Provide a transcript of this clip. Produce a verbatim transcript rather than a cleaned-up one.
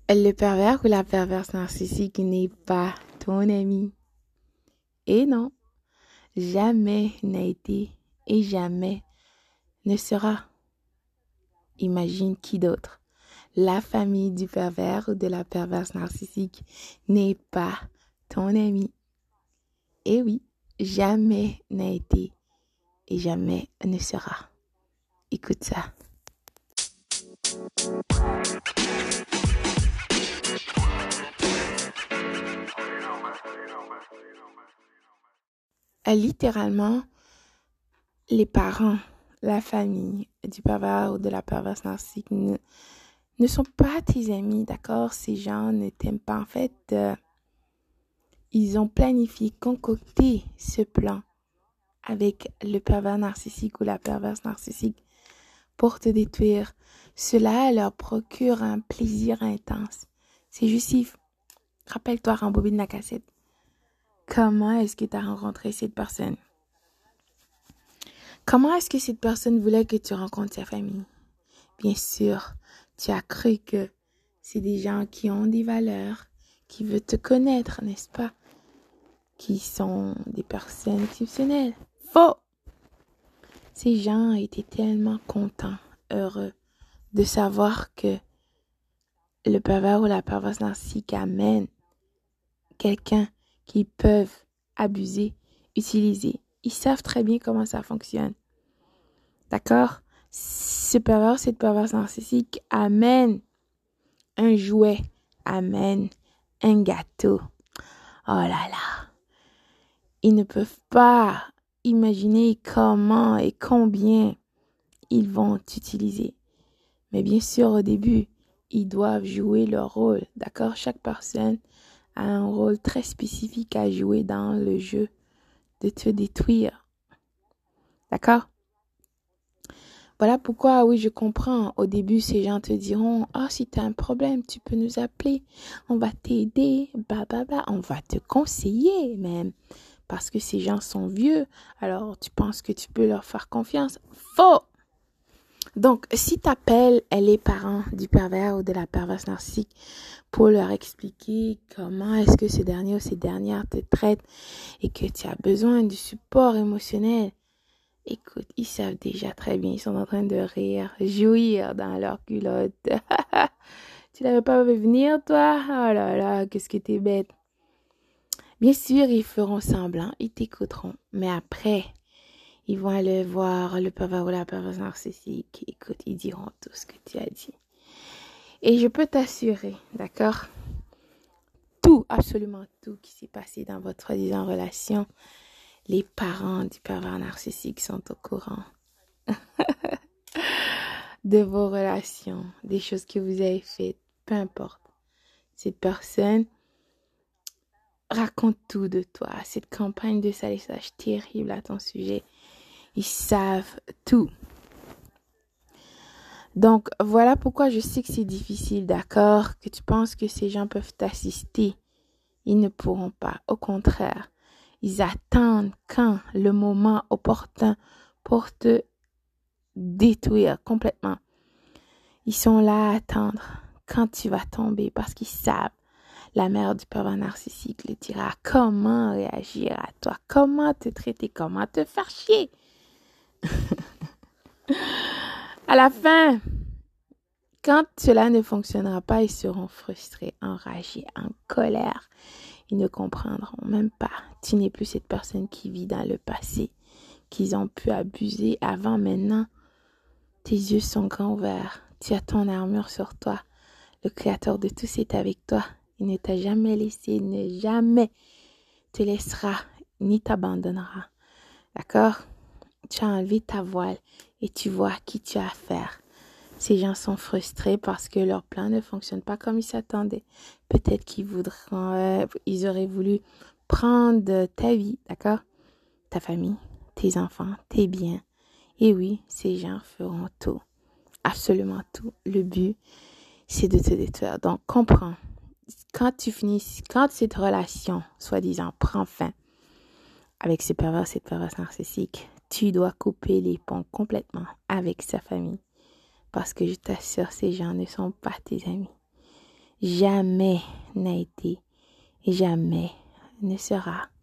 Le pervers ou la perverse narcissique n'est pas ton ami. Et non, jamais n'a été et jamais ne sera. Imagine qui d'autre. La famille du pervers ou de la perverse narcissique n'est pas ton ami. Et oui, jamais n'a été et jamais ne sera. Écoute ça. Euh, littéralement, les parents, la famille du pervers ou de la perverse narcissique ne, ne sont pas tes amis, d'accord? Ces gens ne t'aiment pas. En fait, euh, ils ont planifié, concocté ce plan avec le pervers narcissique ou la perverse narcissique pour te détruire. Cela leur procure un plaisir intense. C'est justif. Rappelle-toi, rembobine la cassette. Comment est-ce que tu as rencontré cette personne? Comment est-ce que cette personne voulait que tu rencontres sa famille? Bien sûr, tu as cru que c'est des gens qui ont des valeurs, qui veulent te connaître, n'est-ce pas? Qui sont des personnes exceptionnelles. Faux! Ces gens étaient tellement contents, heureux de savoir que le pervers ou la perverse narcissique amène quelqu'un qu'ils peuvent abuser, utiliser. Ils savent très bien comment ça fonctionne. D'accord? Ce pervers, cette perverse narcissique amène un jouet, amène un gâteau. Oh là là! Ils ne peuvent pas imaginer comment et combien ils vont t'utiliser. Mais bien sûr, au début, ils doivent jouer leur rôle. D'accord? Chaque personne a un rôle très spécifique à jouer dans le jeu de te détruire. D'accord? Voilà pourquoi, oui, je comprends. Au début, ces gens te diront, « Ah, oh, si tu as un problème, tu peux nous appeler. On va t'aider, blablabla. On va te conseiller même. » Parce que ces gens sont vieux, alors tu penses que tu peux leur faire confiance. Faux! Donc, si tu appelles les parents du pervers ou de la perverse narcissique pour leur expliquer comment est-ce que ce dernier ou ces dernières te traitent et que tu as besoin du support émotionnel, écoute, ils savent déjà très bien, ils sont en train de rire, jouir dans leur culotte. Tu l'avais pas vu venir, toi? Oh là là, qu'est-ce que t'es bête. Bien sûr, ils feront semblant, ils t'écouteront, mais après, ils vont aller voir le pervers ou la perverse narcissique. Écoute, ils diront tout ce que tu as dit. Et je peux t'assurer, d'accord? Tout, absolument tout qui s'est passé dans votre soi-disant relation, les parents du pervers narcissique sont au courant de vos relations, des choses que vous avez faites, peu importe. Cette personne raconte tout de toi. Cette campagne de salissage terrible à ton sujet, ils savent tout. Donc, voilà pourquoi je sais que c'est difficile, d'accord? Que tu penses que ces gens peuvent t'assister. Ils ne pourront pas. Au contraire, ils attendent quand le moment opportun pour te détruire complètement. Ils sont là à attendre quand tu vas tomber parce qu'ils savent. La mère du pervers narcissique le dira. Comment réagir à toi? Comment te traiter? Comment te faire chier? À la fin, quand cela ne fonctionnera pas, ils seront frustrés, enragés, en colère. Ils ne comprendront même pas. Tu n'es plus cette personne qui vit dans le passé, qu'ils ont pu abuser avant. Maintenant, tes yeux sont grands ouverts. Tu as ton armure sur toi. Le créateur de tous est avec toi. Il ne t'a jamais laissé, il ne jamais te laissera, ni t'abandonnera. D'accord? Tu as enlevé ta voile et tu vois qui tu as affaire. Ces gens sont frustrés parce que leur plan ne fonctionne pas comme ils s'attendaient. Peut-être qu'ils voudraient, euh, ils auraient voulu prendre ta vie, d'accord? Ta famille, tes enfants, tes biens. Et oui, ces gens feront tout, absolument tout. Le but, c'est de te détruire. Donc, comprends. Quand tu finis, quand cette relation, soi-disant, prend fin avec ce pervers, cette perverse narcissique, tu dois couper les ponts complètement avec sa famille. Parce que je t'assure, ces gens ne sont pas tes amis. jamais n'a été et jamais ne sera